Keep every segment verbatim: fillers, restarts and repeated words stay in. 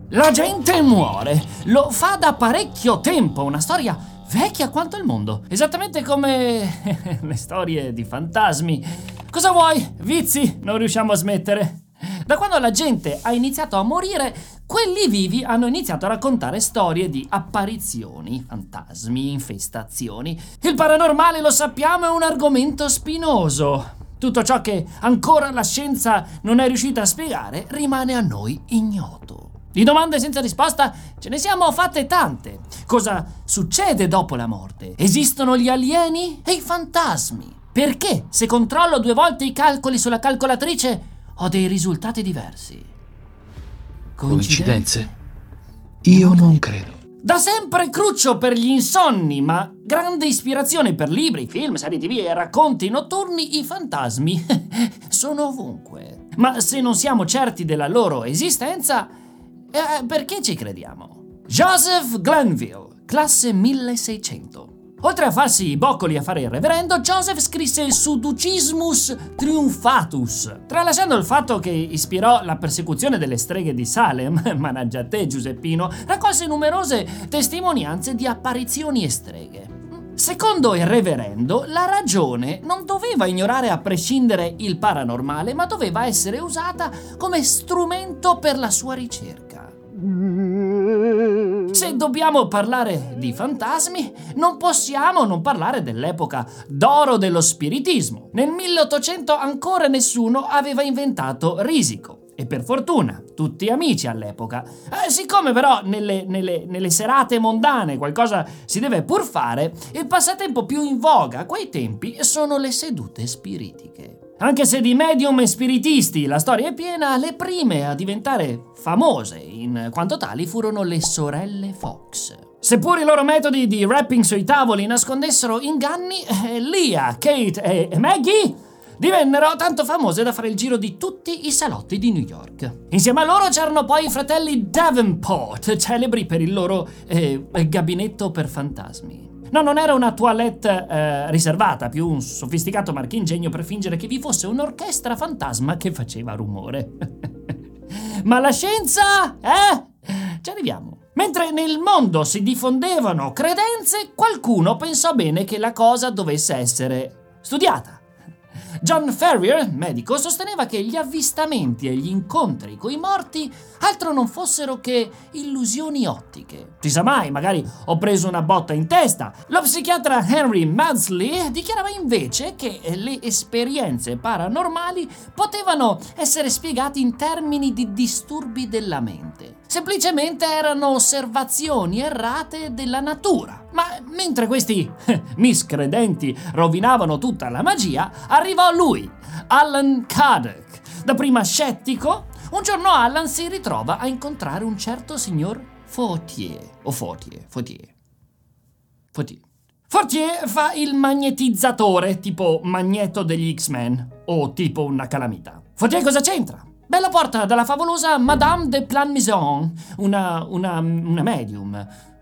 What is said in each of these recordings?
La gente muore. Lo fa da parecchio tempo, una storia vecchia quanto il mondo. Esattamente come le storie di fantasmi. Cosa vuoi? Vizi? Non riusciamo a smettere. Da quando la gente ha iniziato a morire, quelli vivi hanno iniziato a raccontare storie di apparizioni, fantasmi, infestazioni. Il paranormale, lo sappiamo, è un argomento spinoso. Tutto ciò che ancora la scienza non è riuscita a spiegare rimane a noi ignoto. Di domande senza risposta ce ne siamo fatte tante. Cosa succede dopo la morte? Esistono gli alieni e i fantasmi? Perché, se controllo due volte i calcoli sulla calcolatrice, ho dei risultati diversi? Coincidenze? Io non credo. Da sempre cruccio per gli insonni, ma grande ispirazione per libri, film, serie tv e racconti notturni, i fantasmi sono ovunque. Ma se non siamo certi della loro esistenza, eh, perché ci crediamo? Joseph Glanville, classe milleseicento. Oltre a farsi i boccoli a fare il reverendo, Joseph scrisse il Suducismus Triumphatus, tralasciando il fatto che ispirò la persecuzione delle streghe di Salem, managgia te Giuseppino, raccolse numerose testimonianze di apparizioni e streghe. Secondo il reverendo, la ragione non doveva ignorare a prescindere il paranormale, ma doveva essere usata come strumento per la sua ricerca. Se dobbiamo parlare di fantasmi, non possiamo non parlare dell'epoca d'oro dello spiritismo. Nel milleottocento ancora nessuno aveva inventato risico. E per fortuna, tutti amici all'epoca. Eh, siccome però nelle, nelle, nelle serate mondane qualcosa si deve pur fare, il passatempo più in voga a quei tempi sono le sedute spiritiche. Anche se di medium e spiritisti la storia è piena, le prime a diventare famose in quanto tali furono le sorelle Fox. Seppur i loro metodi di rapping sui tavoli nascondessero inganni, eh, Leah, Kate e, e Maggie divennero tanto famose da fare il giro di tutti i salotti di New York. Insieme a loro c'erano poi i fratelli Davenport, celebri per il loro eh, gabinetto per fantasmi. No, non era una toilette eh, riservata, più un sofisticato marchingegno per fingere che vi fosse un'orchestra fantasma che faceva rumore. Ma la scienza, eh? Ci arriviamo. Mentre nel mondo si diffondevano credenze, qualcuno pensò bene che la cosa dovesse essere studiata. John Ferrier, medico, sosteneva che gli avvistamenti e gli incontri coi morti altro non fossero che illusioni ottiche. Si sa mai, magari ho preso una botta in testa. Lo psichiatra Henry Maudsley dichiarava invece che le esperienze paranormali potevano essere spiegate in termini di disturbi della mente. Semplicemente erano osservazioni errate della natura. Ma mentre questi miscredenti rovinavano tutta la magia, arrivò lui, Allan Kardec. Da scettico, un giorno Allan si ritrova a incontrare un certo signor Fortier, o Fortier, Fortier, Fortier. Fortier fa il magnetizzatore, tipo Magneto degli X-Men, o tipo una calamita. Fortier cosa c'entra? Beh, lo porta dalla favolosa Madame de Planmaison, una, una, una medium.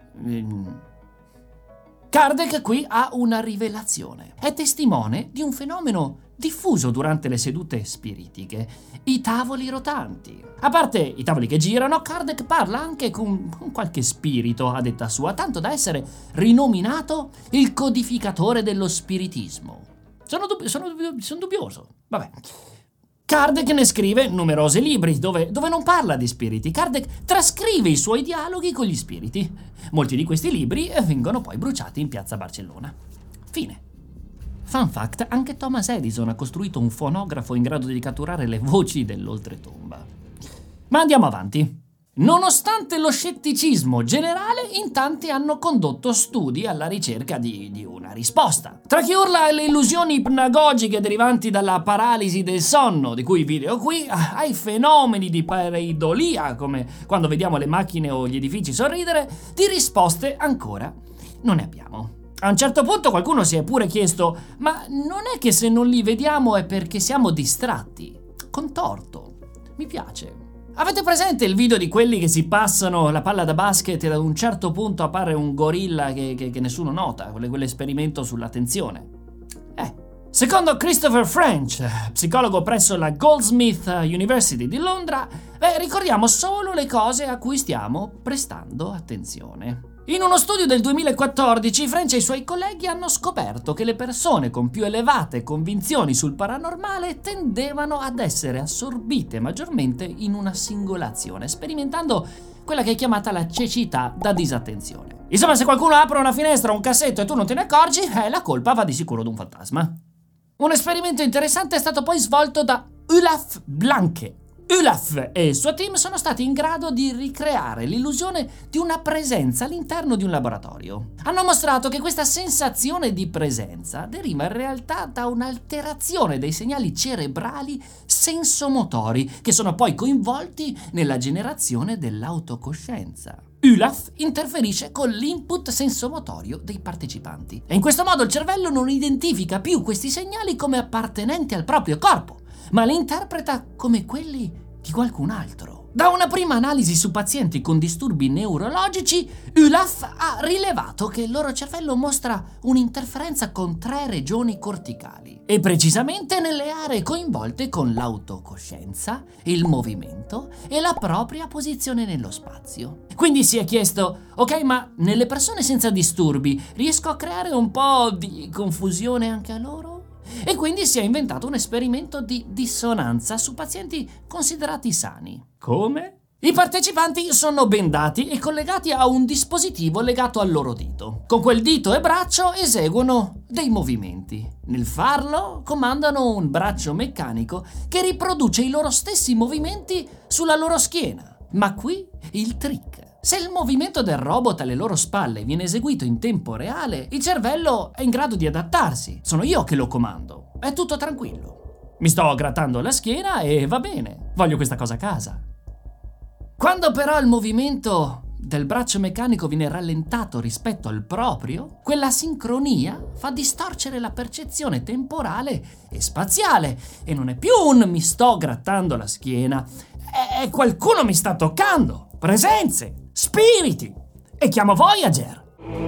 Kardec qui ha una rivelazione. È testimone di un fenomeno diffuso durante le sedute spiritiche, i tavoli rotanti. A parte i tavoli che girano, Kardec parla anche con, con qualche spirito, a detta sua, tanto da essere rinominato il codificatore dello spiritismo. Sono, dub- sono, dub- sono dubbioso. Vabbè. Kardec ne scrive numerosi libri dove, dove non parla di spiriti. Kardec trascrive i suoi dialoghi con gli spiriti. Molti di questi libri vengono poi bruciati in piazza Barcellona. Fine. Fun fact, anche Thomas Edison ha costruito un fonografo in grado di catturare le voci dell'oltretomba. Ma andiamo avanti. Nonostante lo scetticismo generale, in tanti hanno condotto studi alla ricerca di, di una risposta. Tra chi urla le illusioni ipnagogiche derivanti dalla paralisi del sonno, di cui video qui, ai fenomeni di pareidolia, come quando vediamo le macchine o gli edifici sorridere, di risposte ancora non ne abbiamo. A un certo punto qualcuno si è pure chiesto: ma non è che se non li vediamo è perché siamo distratti? Contorto. Mi piace. Avete presente il video di quelli che si passano la palla da basket e ad un certo punto appare un gorilla che, che, che nessuno nota, quell'esperimento sull'attenzione? Eh, secondo Christopher French, psicologo presso la Goldsmith University di Londra, Beh, ricordiamo solo le cose a cui stiamo prestando attenzione. In uno studio del duemilaquattordici, French e i suoi colleghi hanno scoperto che le persone con più elevate convinzioni sul paranormale tendevano ad essere assorbite maggiormente in una singola azione, sperimentando quella che è chiamata la cecità da disattenzione. Insomma, se qualcuno apre una finestra o un cassetto e tu non te ne accorgi, eh, la colpa va di sicuro ad un fantasma. Un esperimento interessante è stato poi svolto da Olaf Blanke. Olaf e il suo team sono stati in grado di ricreare l'illusione di una presenza all'interno di un laboratorio. Hanno mostrato che questa sensazione di presenza deriva in realtà da un'alterazione dei segnali cerebrali sensomotori che sono poi coinvolti nella generazione dell'autocoscienza. Olaf interferisce con l'input sensomotorio dei partecipanti e in questo modo il cervello non identifica più questi segnali come appartenenti al proprio corpo, ma li interpreta come quelli di qualcun altro. Da una prima analisi su pazienti con disturbi neurologici, Olaf ha rilevato che il loro cervello mostra un'interferenza con tre regioni corticali, e precisamente nelle aree coinvolte con l'autocoscienza, il movimento e la propria posizione nello spazio. Quindi si è chiesto, ok, ma nelle persone senza disturbi riesco a creare un po' di confusione anche a loro? E quindi si è inventato un esperimento di dissonanza su pazienti considerati sani. Come? I partecipanti sono bendati e collegati a un dispositivo legato al loro dito. Con quel dito e braccio eseguono dei movimenti. Nel farlo comandano un braccio meccanico che riproduce i loro stessi movimenti sulla loro schiena. Ma qui il trick. Se il movimento del robot alle loro spalle viene eseguito in tempo reale, il cervello è in grado di adattarsi. Sono io che lo comando. È tutto tranquillo. Mi sto grattando la schiena e va bene. Voglio questa cosa a casa. Quando però il movimento del braccio meccanico viene rallentato rispetto al proprio, quella sincronia fa distorcere la percezione temporale e spaziale. E non è più un mi sto grattando la schiena, è qualcuno mi sta toccando. Presenze, spiriti, e chiamo Voyager.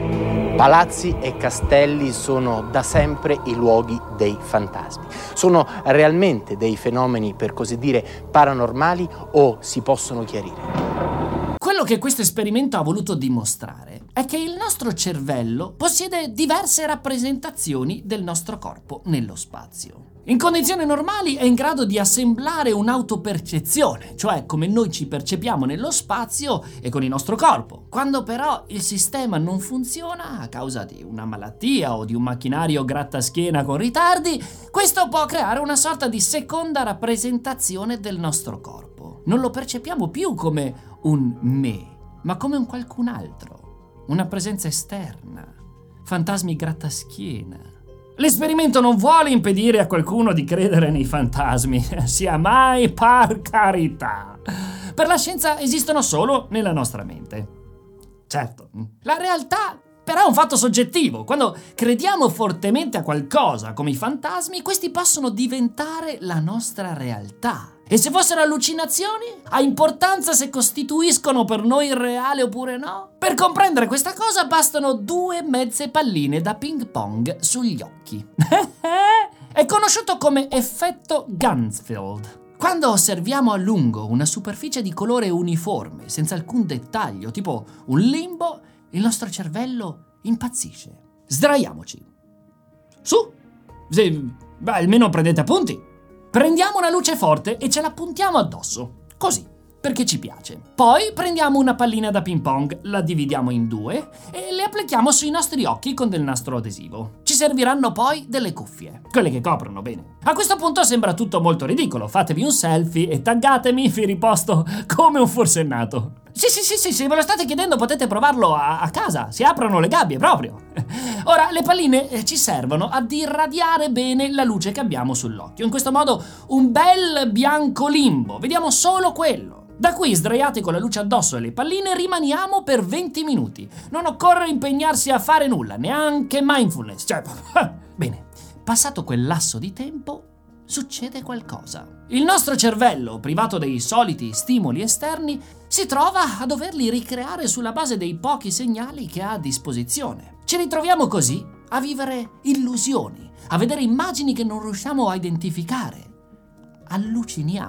Palazzi e castelli sono da sempre i luoghi dei fantasmi. Sono realmente dei fenomeni, per così dire, paranormali o si possono chiarire? Quello che questo esperimento ha voluto dimostrare è che il nostro cervello possiede diverse rappresentazioni del nostro corpo nello spazio. In condizioni normali è in grado di assemblare un'autopercezione, cioè come noi ci percepiamo nello spazio e con il nostro corpo. Quando però il sistema non funziona a causa di una malattia o di un macchinario grattaschiena con ritardi, questo può creare una sorta di seconda rappresentazione del nostro corpo. Non lo percepiamo più come un me, ma come un qualcun altro, una presenza esterna, fantasmi grattaschiena. L'esperimento non vuole impedire a qualcuno di credere nei fantasmi, sia mai per carità. Per la scienza esistono solo nella nostra mente. Certo, la realtà però è un fatto soggettivo. Quando crediamo fortemente a qualcosa, come i fantasmi, questi possono diventare la nostra realtà. E se fossero allucinazioni, ha importanza se costituiscono per noi il reale oppure no? Per comprendere questa cosa bastano due mezze palline da ping pong sugli occhi. È conosciuto come effetto Ganzfeld. Quando osserviamo a lungo una superficie di colore uniforme, senza alcun dettaglio, tipo un limbo, il nostro cervello impazzisce. Sdraiamoci. Su! Sì, beh, almeno prendete appunti. Prendiamo una luce forte e ce la puntiamo addosso, così, perché ci piace. Poi prendiamo una pallina da ping pong, la dividiamo in due e le applichiamo sui nostri occhi con del nastro adesivo. Ci serviranno poi delle cuffie, quelle che coprono bene. A questo punto sembra tutto molto ridicolo, fatevi un selfie e taggatemi, vi riposto come un forsennato. Sì, sì, sì, sì, se ve lo state chiedendo potete provarlo a, a casa, si aprono le gabbie proprio. Ora, le palline ci servono ad irradiare bene la luce che abbiamo sull'occhio. In questo modo un bel bianco limbo, vediamo solo quello. Da qui, sdraiati con la luce addosso e le palline, rimaniamo per venti minuti. Non occorre impegnarsi a fare nulla, neanche mindfulness. Cioè, bene, passato quel lasso di tempo, succede qualcosa. Il nostro cervello, privato dei soliti stimoli esterni, si trova a doverli ricreare sulla base dei pochi segnali che ha a disposizione. Ci ritroviamo così a vivere illusioni, a vedere immagini che non riusciamo a identificare. Alluciniamo.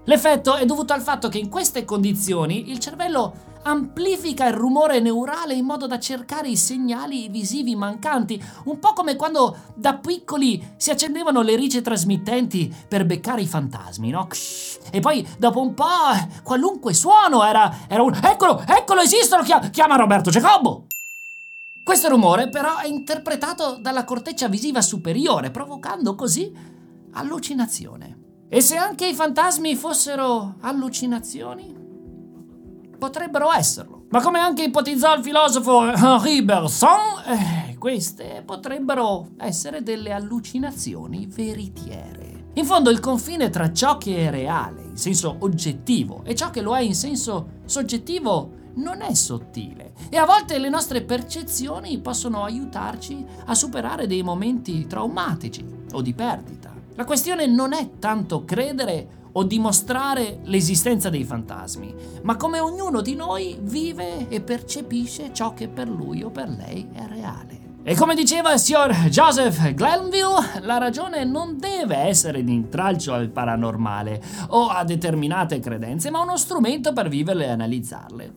L'effetto è dovuto al fatto che in queste condizioni il cervello amplifica il rumore neurale in modo da cercare i segnali visivi mancanti, un po' come quando da piccoli si accendevano le rice trasmittenti per beccare i fantasmi, no? E poi dopo un po' qualunque suono era, era un eccolo, eccolo, esistono, chiama, chiama Roberto Giacobbo! Questo rumore però è interpretato dalla corteccia visiva superiore, provocando così allucinazione. E se anche i fantasmi fossero allucinazioni? Potrebbero esserlo. Ma come anche ipotizzò il filosofo Henri Bergson, eh, queste potrebbero essere delle allucinazioni veritiere. In fondo il confine tra ciò che è reale in senso oggettivo e ciò che lo è in senso soggettivo non è sottile, e a volte le nostre percezioni possono aiutarci a superare dei momenti traumatici o di perdita. La questione non è tanto credere o dimostrare l'esistenza dei fantasmi, ma come ognuno di noi vive e percepisce ciò che per lui o per lei è reale. E come diceva il signor Joseph Glanville, la ragione non deve essere di intralcio al paranormale o a determinate credenze, ma uno strumento per viverle e analizzarle.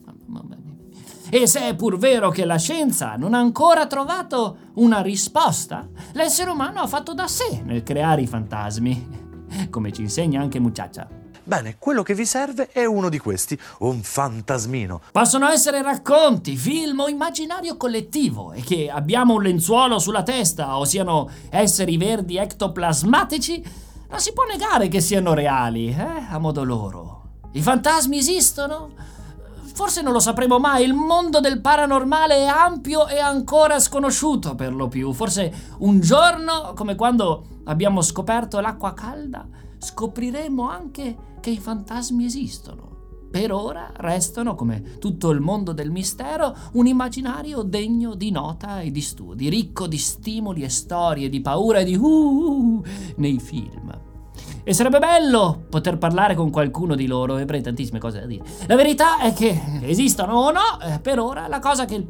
E se è pur vero che la scienza non ha ancora trovato una risposta, l'essere umano ha fatto da sé nel creare i fantasmi, come ci insegna anche Muchacha. Bene, quello che vi serve è uno di questi, un fantasmino. Possono essere racconti, film o immaginario collettivo, e che abbiamo un lenzuolo sulla testa o siano esseri verdi ectoplasmatici, non si può negare che siano reali, eh, a modo loro. I fantasmi esistono? Forse non lo sapremo mai, il mondo del paranormale è ampio e ancora sconosciuto per lo più. Forse un giorno, come quando abbiamo scoperto l'acqua calda, scopriremo anche che i fantasmi esistono. Per ora restano, come tutto il mondo del mistero, un immaginario degno di nota e di studi, ricco di stimoli e storie, di paura e di uh, uh nei film. E sarebbe bello poter parlare con qualcuno di loro, e avrei tantissime cose da dire. La verità è che esistono o no, eh, per ora la cosa che il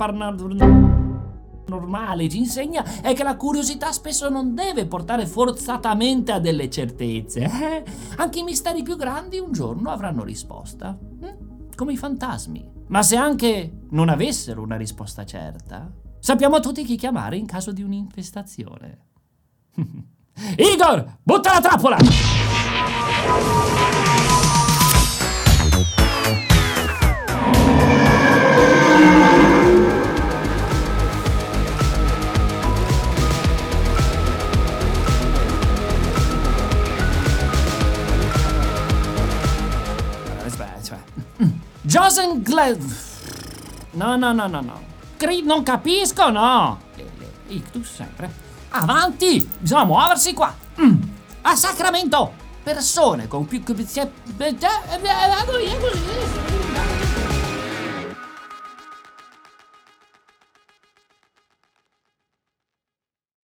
paranormale ci insegna è che la curiosità spesso non deve portare forzatamente a delle certezze. Eh? Anche i misteri più grandi un giorno avranno risposta, hm? Come i fantasmi. Ma se anche non avessero una risposta certa, sappiamo tutti chi chiamare in caso di un'infestazione. Igor, butta la trappola! Aspetta, aspetta. Joseph Glanville. No, no, no, no, no. Cri- non capisco, no. Ictus sempre. Avanti! Bisogna muoversi qua! Mm. A Sacramento! Persone con più...